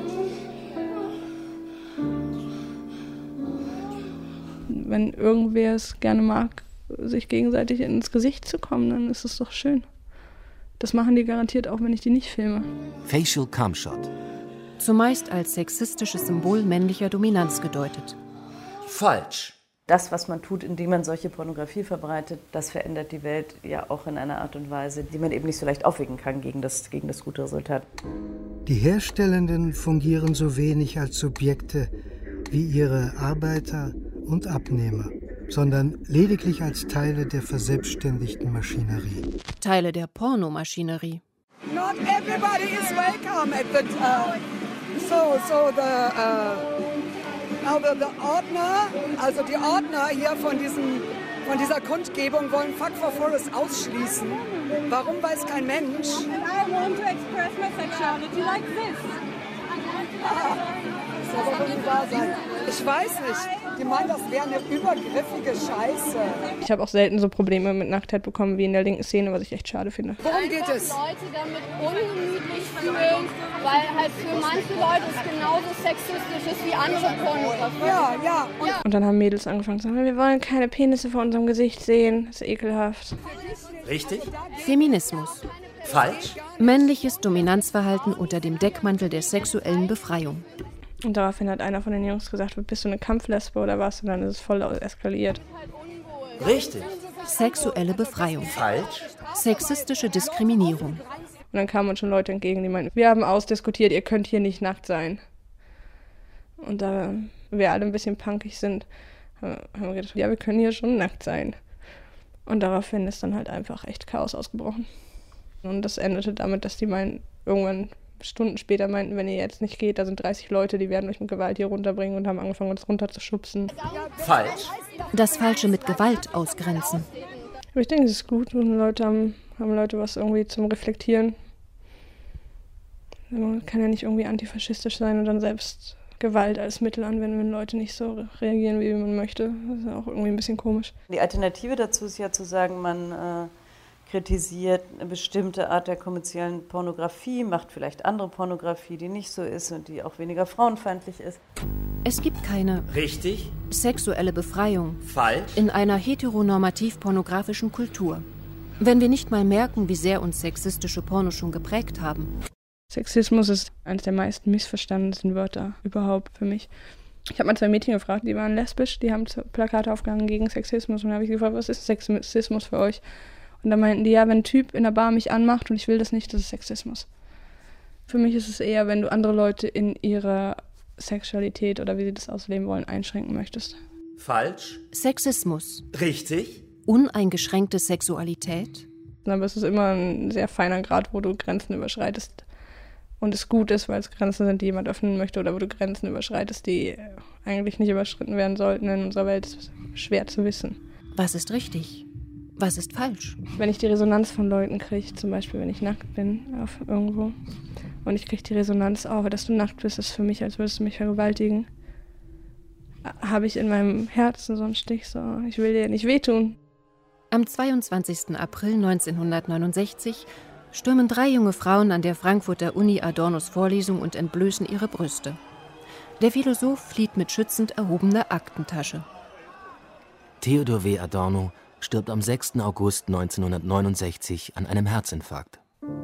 Wenn irgendwer es gerne mag, sich gegenseitig ins Gesicht zu kommen, dann ist es doch schön. Das machen die garantiert auch, wenn ich die nicht filme. Facial Cumshot. Zumeist als sexistisches Symbol männlicher Dominanz gedeutet. Falsch. Das, was man tut, indem man solche Pornografie verbreitet, das verändert die Welt ja auch in einer Art und Weise, die man eben nicht so leicht aufwiegen kann gegen das gute Resultat. Die Herstellenden fungieren so wenig als Subjekte wie ihre Arbeiter und Abnehmer, sondern lediglich als Teile der verselbstständigten Maschinerie. Teile der Pornomaschinerie. Not everybody is welcome at the the Ordner, also die Ordner hier von dieser Kundgebung wollen Fuck for Forest ausschließen. Warum, weiß kein Mensch? I want to express my sexuality like this. Das soll aber nicht wahr sein. Ich weiß nicht. Die meinen, das wäre eine übergriffige Scheiße. Ich habe auch selten so Probleme mit Nacktheit bekommen wie in der linken Szene, was ich echt schade finde. Worum geht es? Leute damit ungemütlich fühlen, weil halt für manche Leute es genauso sexistisch ist wie andere Pornografie. Ja. Und dann haben Mädels angefangen zu sagen, wir wollen keine Penisse vor unserem Gesicht sehen. Das ist ekelhaft. Richtig? Feminismus. Falsch? Männliches Dominanzverhalten unter dem Deckmantel der sexuellen Befreiung. Und daraufhin hat einer von den Jungs gesagt, bist du eine Kampflesbe oder was? Und dann ist es voll eskaliert. Richtig. Sexuelle Befreiung. Falsch? Sexistische Diskriminierung. Und dann kamen uns schon Leute entgegen, die meinten, wir haben ausdiskutiert, ihr könnt hier nicht nackt sein. Und da wir alle ein bisschen punkig sind, haben wir gedacht, ja, wir können hier schon nackt sein. Und daraufhin ist dann halt einfach echt Chaos ausgebrochen. Und das endete damit, dass die irgendwann Stunden später meinten, wenn ihr jetzt nicht geht, da sind 30 Leute, die werden euch mit Gewalt hier runterbringen und haben angefangen, uns runterzuschubsen. Falsch. Das Falsche mit Gewalt ausgrenzen. Aber ich denke, es ist gut und Leute haben Leute was irgendwie zum Reflektieren. Man kann ja nicht irgendwie antifaschistisch sein und dann selbst Gewalt als Mittel anwenden, wenn Leute nicht so reagieren, wie man möchte. Das ist auch irgendwie ein bisschen komisch. Die Alternative dazu ist ja zu sagen, man kritisiert eine bestimmte Art der kommerziellen Pornografie, macht vielleicht andere Pornografie, die nicht so ist und die auch weniger frauenfeindlich ist. Es gibt keine Richtig? Sexuelle Befreiung Falsch? in einer heteronormativ-pornografischen Kultur. Wenn wir nicht mal merken, wie sehr uns sexistische Pornos schon geprägt haben. Sexismus ist eines der meisten missverstandensten Wörter überhaupt für mich. Ich habe mal 2 Mädchen gefragt, die waren lesbisch, die haben Plakate aufgehangen gegen Sexismus. Und dann habe ich gefragt, was ist Sexismus für euch? Und dann meinten die, ja, wenn ein Typ in der Bar mich anmacht und ich will das nicht, das ist Sexismus. Für mich ist es eher, wenn du andere Leute in ihrer Sexualität oder wie sie das ausleben wollen, einschränken möchtest. Falsch? Sexismus. Richtig? Uneingeschränkte Sexualität. Aber es ist immer ein sehr feiner Grad, wo du Grenzen überschreitest. Und es gut ist, weil es Grenzen sind, die jemand öffnen möchte, oder wo du Grenzen überschreitest, die eigentlich nicht überschritten werden sollten in unserer Welt. Das ist schwer zu wissen. Was ist richtig? Was ist falsch? Wenn ich die Resonanz von Leuten kriege, zum Beispiel wenn ich nackt bin auf irgendwo und ich kriege die Resonanz, dass du nackt bist, ist für mich, als würdest du mich vergewaltigen, habe ich in meinem Herzen so einen Stich, so, ich will dir nicht wehtun. Am 22. April 1969 stürmen 3 junge Frauen an der Frankfurter Uni Adornos Vorlesung und entblößen ihre Brüste. Der Philosoph flieht mit schützend erhobener Aktentasche. Theodor W. Adorno stirbt am 6. August 1969 an einem Herzinfarkt.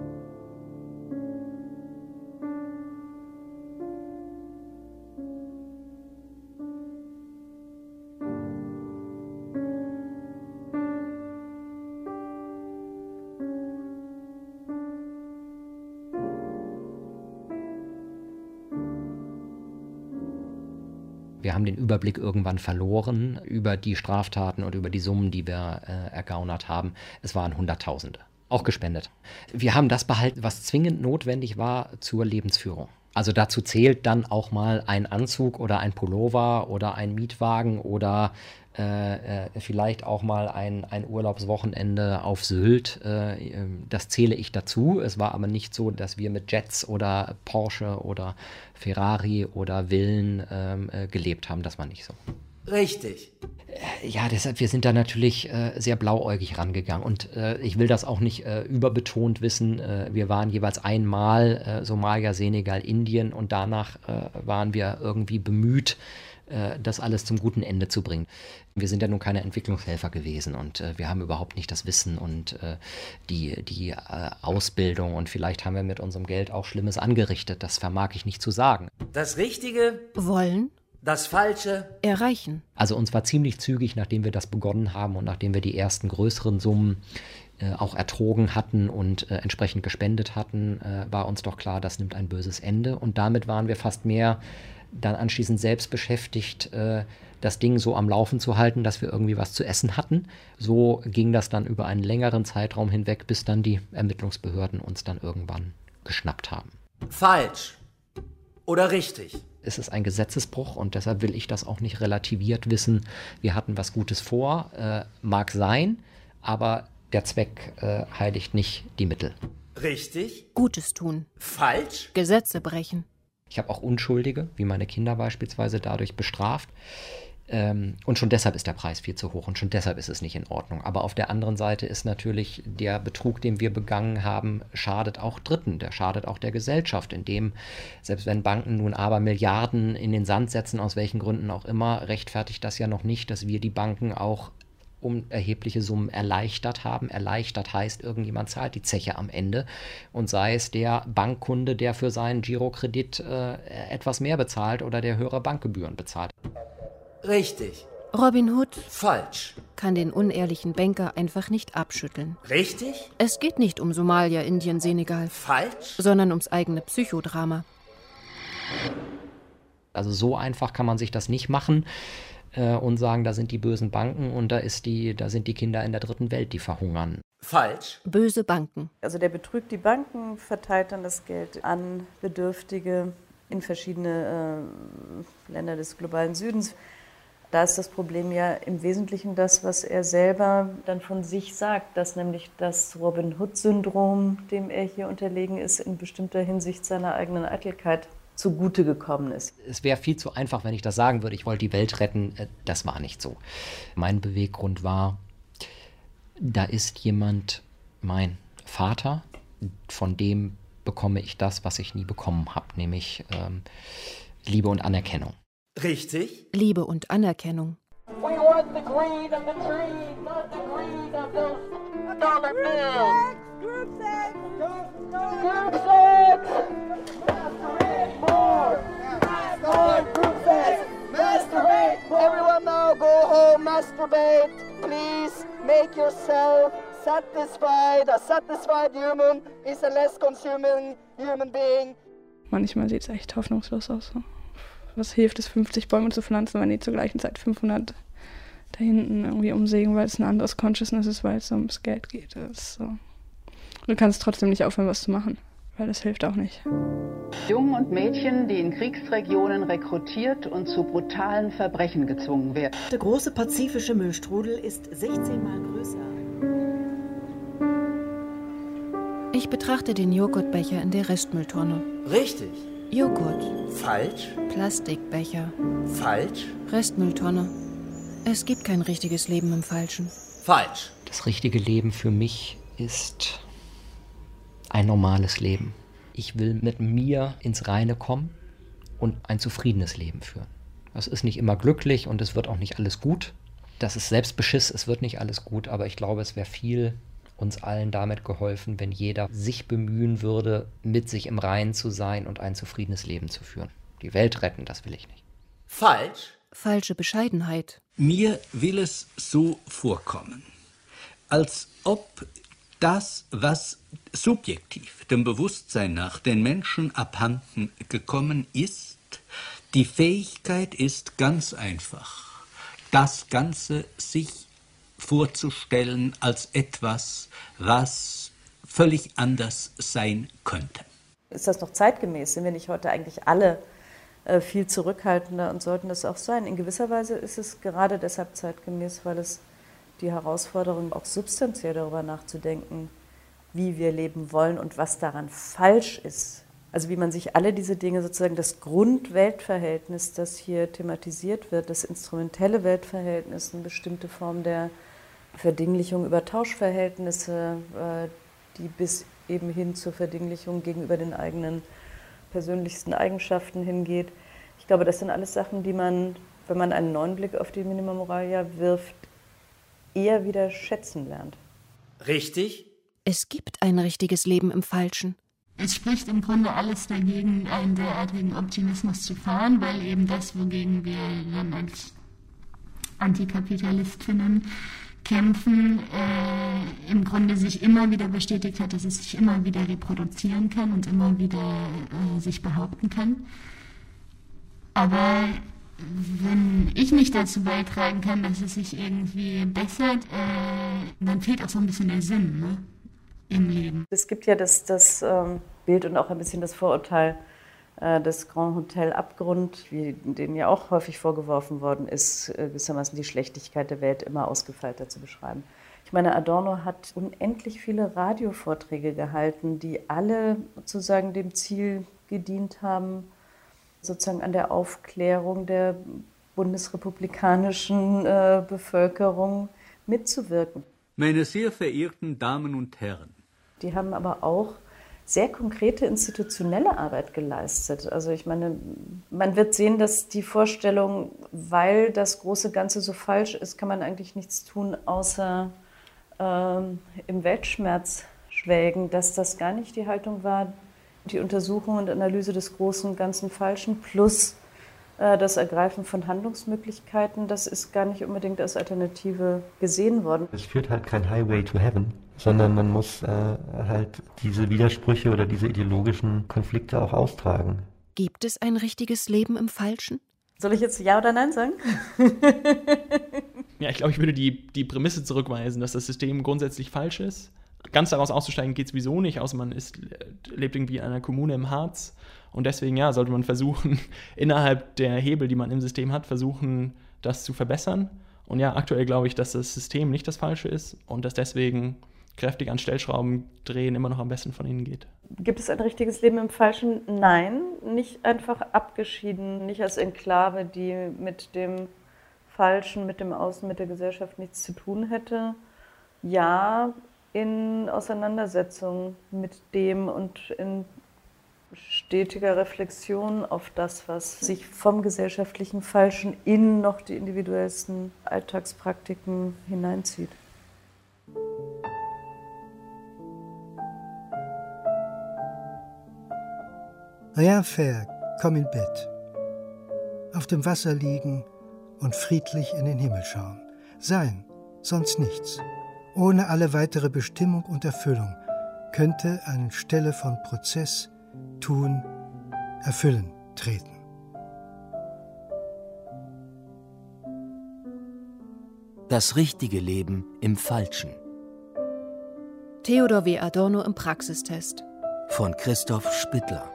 Wir haben den Überblick irgendwann verloren über die Straftaten und über die Summen, die wir ergaunert haben. Es waren Hunderttausende, auch gespendet. Wir haben das behalten, was zwingend notwendig war zur Lebensführung. Also dazu zählt dann auch mal ein Anzug oder ein Pullover oder ein Mietwagen oder vielleicht auch mal ein Urlaubswochenende auf Sylt. Das zähle ich dazu. Es war aber nicht so, dass wir mit Jets oder Porsche oder Ferrari oder Villen gelebt haben. Das war nicht so. Richtig. Ja, deshalb, wir sind da natürlich sehr blauäugig rangegangen. Und ich will das auch nicht überbetont wissen. Wir waren jeweils einmal Somalia, Senegal, Indien und danach waren wir irgendwie bemüht, das alles zum guten Ende zu bringen. Wir sind ja nun keine Entwicklungshelfer gewesen und wir haben überhaupt nicht das Wissen und die Ausbildung und vielleicht haben wir mit unserem Geld auch Schlimmes angerichtet. Das vermag ich nicht zu sagen. Das Richtige wollen, das Falsche erreichen. Also uns war ziemlich zügig, nachdem wir das begonnen haben und nachdem wir die ersten größeren Summen auch ertrogen hatten und entsprechend gespendet hatten, war uns doch klar, das nimmt ein böses Ende. Und damit waren wir fast mehr dann anschließend selbst beschäftigt, das Ding so am Laufen zu halten, dass wir irgendwie was zu essen hatten. So ging das dann über einen längeren Zeitraum hinweg, bis dann die Ermittlungsbehörden uns dann irgendwann geschnappt haben. Falsch oder richtig? Es ist ein Gesetzesbruch und deshalb will ich das auch nicht relativiert wissen. Wir hatten was Gutes vor, mag sein, aber der Zweck heiligt nicht die Mittel. Richtig? Gutes tun. Falsch? Gesetze brechen. Ich habe auch Unschuldige, wie meine Kinder beispielsweise, dadurch bestraft. Und schon deshalb ist der Preis viel zu hoch und schon deshalb ist es nicht in Ordnung. Aber auf der anderen Seite ist natürlich der Betrug, den wir begangen haben, schadet auch Dritten, der schadet auch der Gesellschaft, indem, selbst wenn Banken nun aber Milliarden in den Sand setzen, aus welchen Gründen auch immer, rechtfertigt das ja noch nicht, dass wir die Banken auch um erhebliche Summen erleichtert haben. Erleichtert heißt, irgendjemand zahlt die Zeche am Ende und sei es der Bankkunde, der für seinen Girokredit etwas mehr bezahlt oder der höhere Bankgebühren bezahlt. Richtig. Robin Hood Falsch. kann den unehrlichen Banker einfach nicht abschütteln. Richtig. Es geht nicht um Somalia, Indien, Senegal. Falsch. Sondern ums eigene Psychodrama. Also so einfach kann man sich das nicht machen und sagen, da sind die bösen Banken und da sind die Kinder in der dritten Welt, die verhungern. Falsch. Böse Banken. Also der betrügt die Banken, verteilt dann das Geld an Bedürftige in verschiedene Länder des globalen Südens. Da ist das Problem ja im Wesentlichen das, was er selber dann von sich sagt, dass nämlich das Robin Hood-Syndrom, dem er hier unterlegen ist, in bestimmter Hinsicht seiner eigenen Eitelkeit zugute gekommen ist. Es wäre viel zu einfach, wenn ich das sagen würde, ich wollte die Welt retten. Das war nicht so. Mein Beweggrund war, da ist jemand, mein Vater, von dem bekomme ich das, was ich nie bekommen habe, nämlich Liebe und Anerkennung. Richtig. Liebe und Anerkennung. We want the greed of the tree, not the greed of those dollar bills. Group sex! Group sex! Masturbate more! Group sex! Masturbate more! Everyone now go home, masturbate! Please make yourself satisfied. A satisfied human is a less consuming human being. Manchmal sieht es echt hoffnungslos aus. Was hilft es, 50 Bäume zu pflanzen, wenn die zur gleichen Zeit 500 da hinten irgendwie umsägen, weil es ein anderes Consciousness ist, weil es ums Geld geht. Das ist so. Du kannst trotzdem nicht aufhören, was zu machen, weil das hilft auch nicht. Jungen und Mädchen, die in Kriegsregionen rekrutiert und zu brutalen Verbrechen gezwungen werden. Der große pazifische Müllstrudel ist 16 Mal größer. Ich betrachte den Joghurtbecher in der Restmülltonne. Richtig. Joghurt. Falsch. Plastikbecher. Falsch. Restmülltonne. Es gibt kein richtiges Leben im Falschen. Falsch. Das richtige Leben für mich ist ein normales Leben. Ich will mit mir ins Reine kommen und ein zufriedenes Leben führen. Das ist nicht immer glücklich und es wird auch nicht alles gut. Das ist Selbstbeschiss, es wird nicht alles gut, aber ich glaube, es wäre viel uns allen damit geholfen, wenn jeder sich bemühen würde, mit sich im Reinen zu sein und ein zufriedenes Leben zu führen. Die Welt retten, das will ich nicht. Falsch. Falsche Bescheidenheit. Mir will es so vorkommen, als ob das, was subjektiv dem Bewusstsein nach den Menschen abhanden gekommen ist, die Fähigkeit ist ganz einfach, das Ganze sich vorzustellen als etwas, was völlig anders sein könnte. Ist das noch zeitgemäß? Sind wir nicht heute eigentlich alle viel zurückhaltender und sollten das auch sein? In gewisser Weise ist es gerade deshalb zeitgemäß, weil es die Herausforderung auch substanziell darüber nachzudenken, wie wir leben wollen und was daran falsch ist. Also wie man sich alle diese Dinge, sozusagen das Grundweltverhältnis, das hier thematisiert wird, das instrumentelle Weltverhältnis, eine bestimmte Form der Verdinglichung über Tauschverhältnisse, die bis eben hin zur Verdinglichung gegenüber den eigenen persönlichsten Eigenschaften hingeht. Ich glaube, das sind alles Sachen, die man, wenn man einen neuen Blick auf die Minima Moralia wirft, eher wieder schätzen lernt. Richtig? Es gibt ein richtiges Leben im Falschen. Es spricht im Grunde alles dagegen, einen derartigen Optimismus zu fahren, weil eben das, wogegen wir dann als Antikapitalistinnen kämpfen, im Grunde sich immer wieder bestätigt hat, dass es sich immer wieder reproduzieren kann und immer wieder sich behaupten kann. Aber wenn ich nicht dazu beitragen kann, dass es sich irgendwie bessert, dann fehlt auch so ein bisschen der Sinn, ne, im Leben. Es gibt ja das Bild und auch ein bisschen das Vorurteil des Grand Hotel Abgrund, wie denen ja auch häufig vorgeworfen worden ist, gewissermaßen die Schlechtigkeit der Welt immer ausgefeilter zu beschreiben. Ich meine, Adorno hat unendlich viele Radiovorträge gehalten, die alle sozusagen dem Ziel gedient haben, sozusagen an der Aufklärung der bundesrepublikanischen Bevölkerung mitzuwirken. Meine sehr verehrten Damen und Herren. Die haben aber auch sehr konkrete institutionelle Arbeit geleistet. Also ich meine, man wird sehen, dass die Vorstellung, weil das große Ganze so falsch ist, kann man eigentlich nichts tun, außer im Weltschmerz schwelgen, dass das gar nicht die Haltung war. Die Untersuchung und Analyse des großen Ganzen Falschen plus das Ergreifen von Handlungsmöglichkeiten, das ist gar nicht unbedingt als Alternative gesehen worden. Es führt halt kein Highway to Heaven, sondern man muss halt diese Widersprüche oder diese ideologischen Konflikte auch austragen. Gibt es ein richtiges Leben im Falschen? Soll ich jetzt Ja oder Nein sagen? Ja, ich glaube, ich würde die Prämisse zurückweisen, dass das System grundsätzlich falsch ist. Ganz daraus auszusteigen geht sowieso nicht, außer man lebt irgendwie in einer Kommune im Harz. Und deswegen, ja, sollte man versuchen, innerhalb der Hebel, die man im System hat, versuchen, das zu verbessern. Und ja, aktuell glaube ich, dass das System nicht das Falsche ist und dass deswegen kräftig an Stellschrauben drehen immer noch am besten von innen geht. Gibt es ein richtiges Leben im Falschen? Nein, nicht einfach abgeschieden, nicht als Enklave, die mit dem Falschen, mit dem Außen, mit der Gesellschaft nichts zu tun hätte. Ja, in Auseinandersetzung mit dem und in stetiger Reflexion auf das, was sich vom gesellschaftlichen Falschen in noch die individuellsten Alltagspraktiken hineinzieht. Rien faire, komm in Bett. Auf dem Wasser liegen und friedlich in den Himmel schauen. Sein, sonst nichts. Ohne alle weitere Bestimmung und Erfüllung könnte anstelle von Prozess, Tun, Erfüllen treten. Das richtige Leben im Falschen. Theodor W. Adorno im Praxistest. Von Christoph Spittler.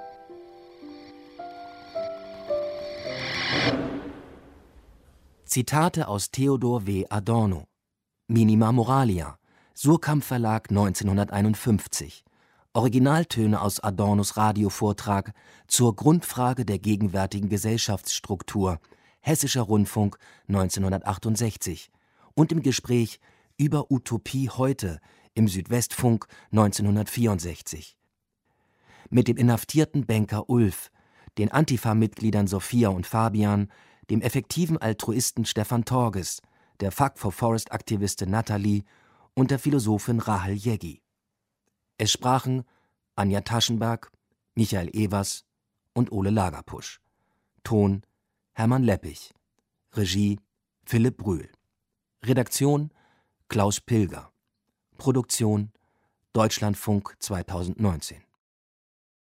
Zitate aus Theodor W. Adorno. Minima Moralia, Surkamp Verlag 1951. Originaltöne aus Adornos Radiovortrag zur Grundfrage der gegenwärtigen Gesellschaftsstruktur, Hessischer Rundfunk 1968 und im Gespräch über Utopie heute im Südwestfunk 1964. Mit dem inhaftierten Banker Ulf, den Antifa-Mitgliedern Sophia und Fabian, dem effektiven Altruisten Stefan Torges, der Fuck for Forest-Aktivistin Natalie und der Philosophin Rahel Jeggi. Es sprachen Anja Taschenberg, Michael Evers und Ole Lagerpusch. Ton Hermann Leppich. Regie Philipp Brühl. Redaktion Klaus Pilger. Produktion Deutschlandfunk 2019.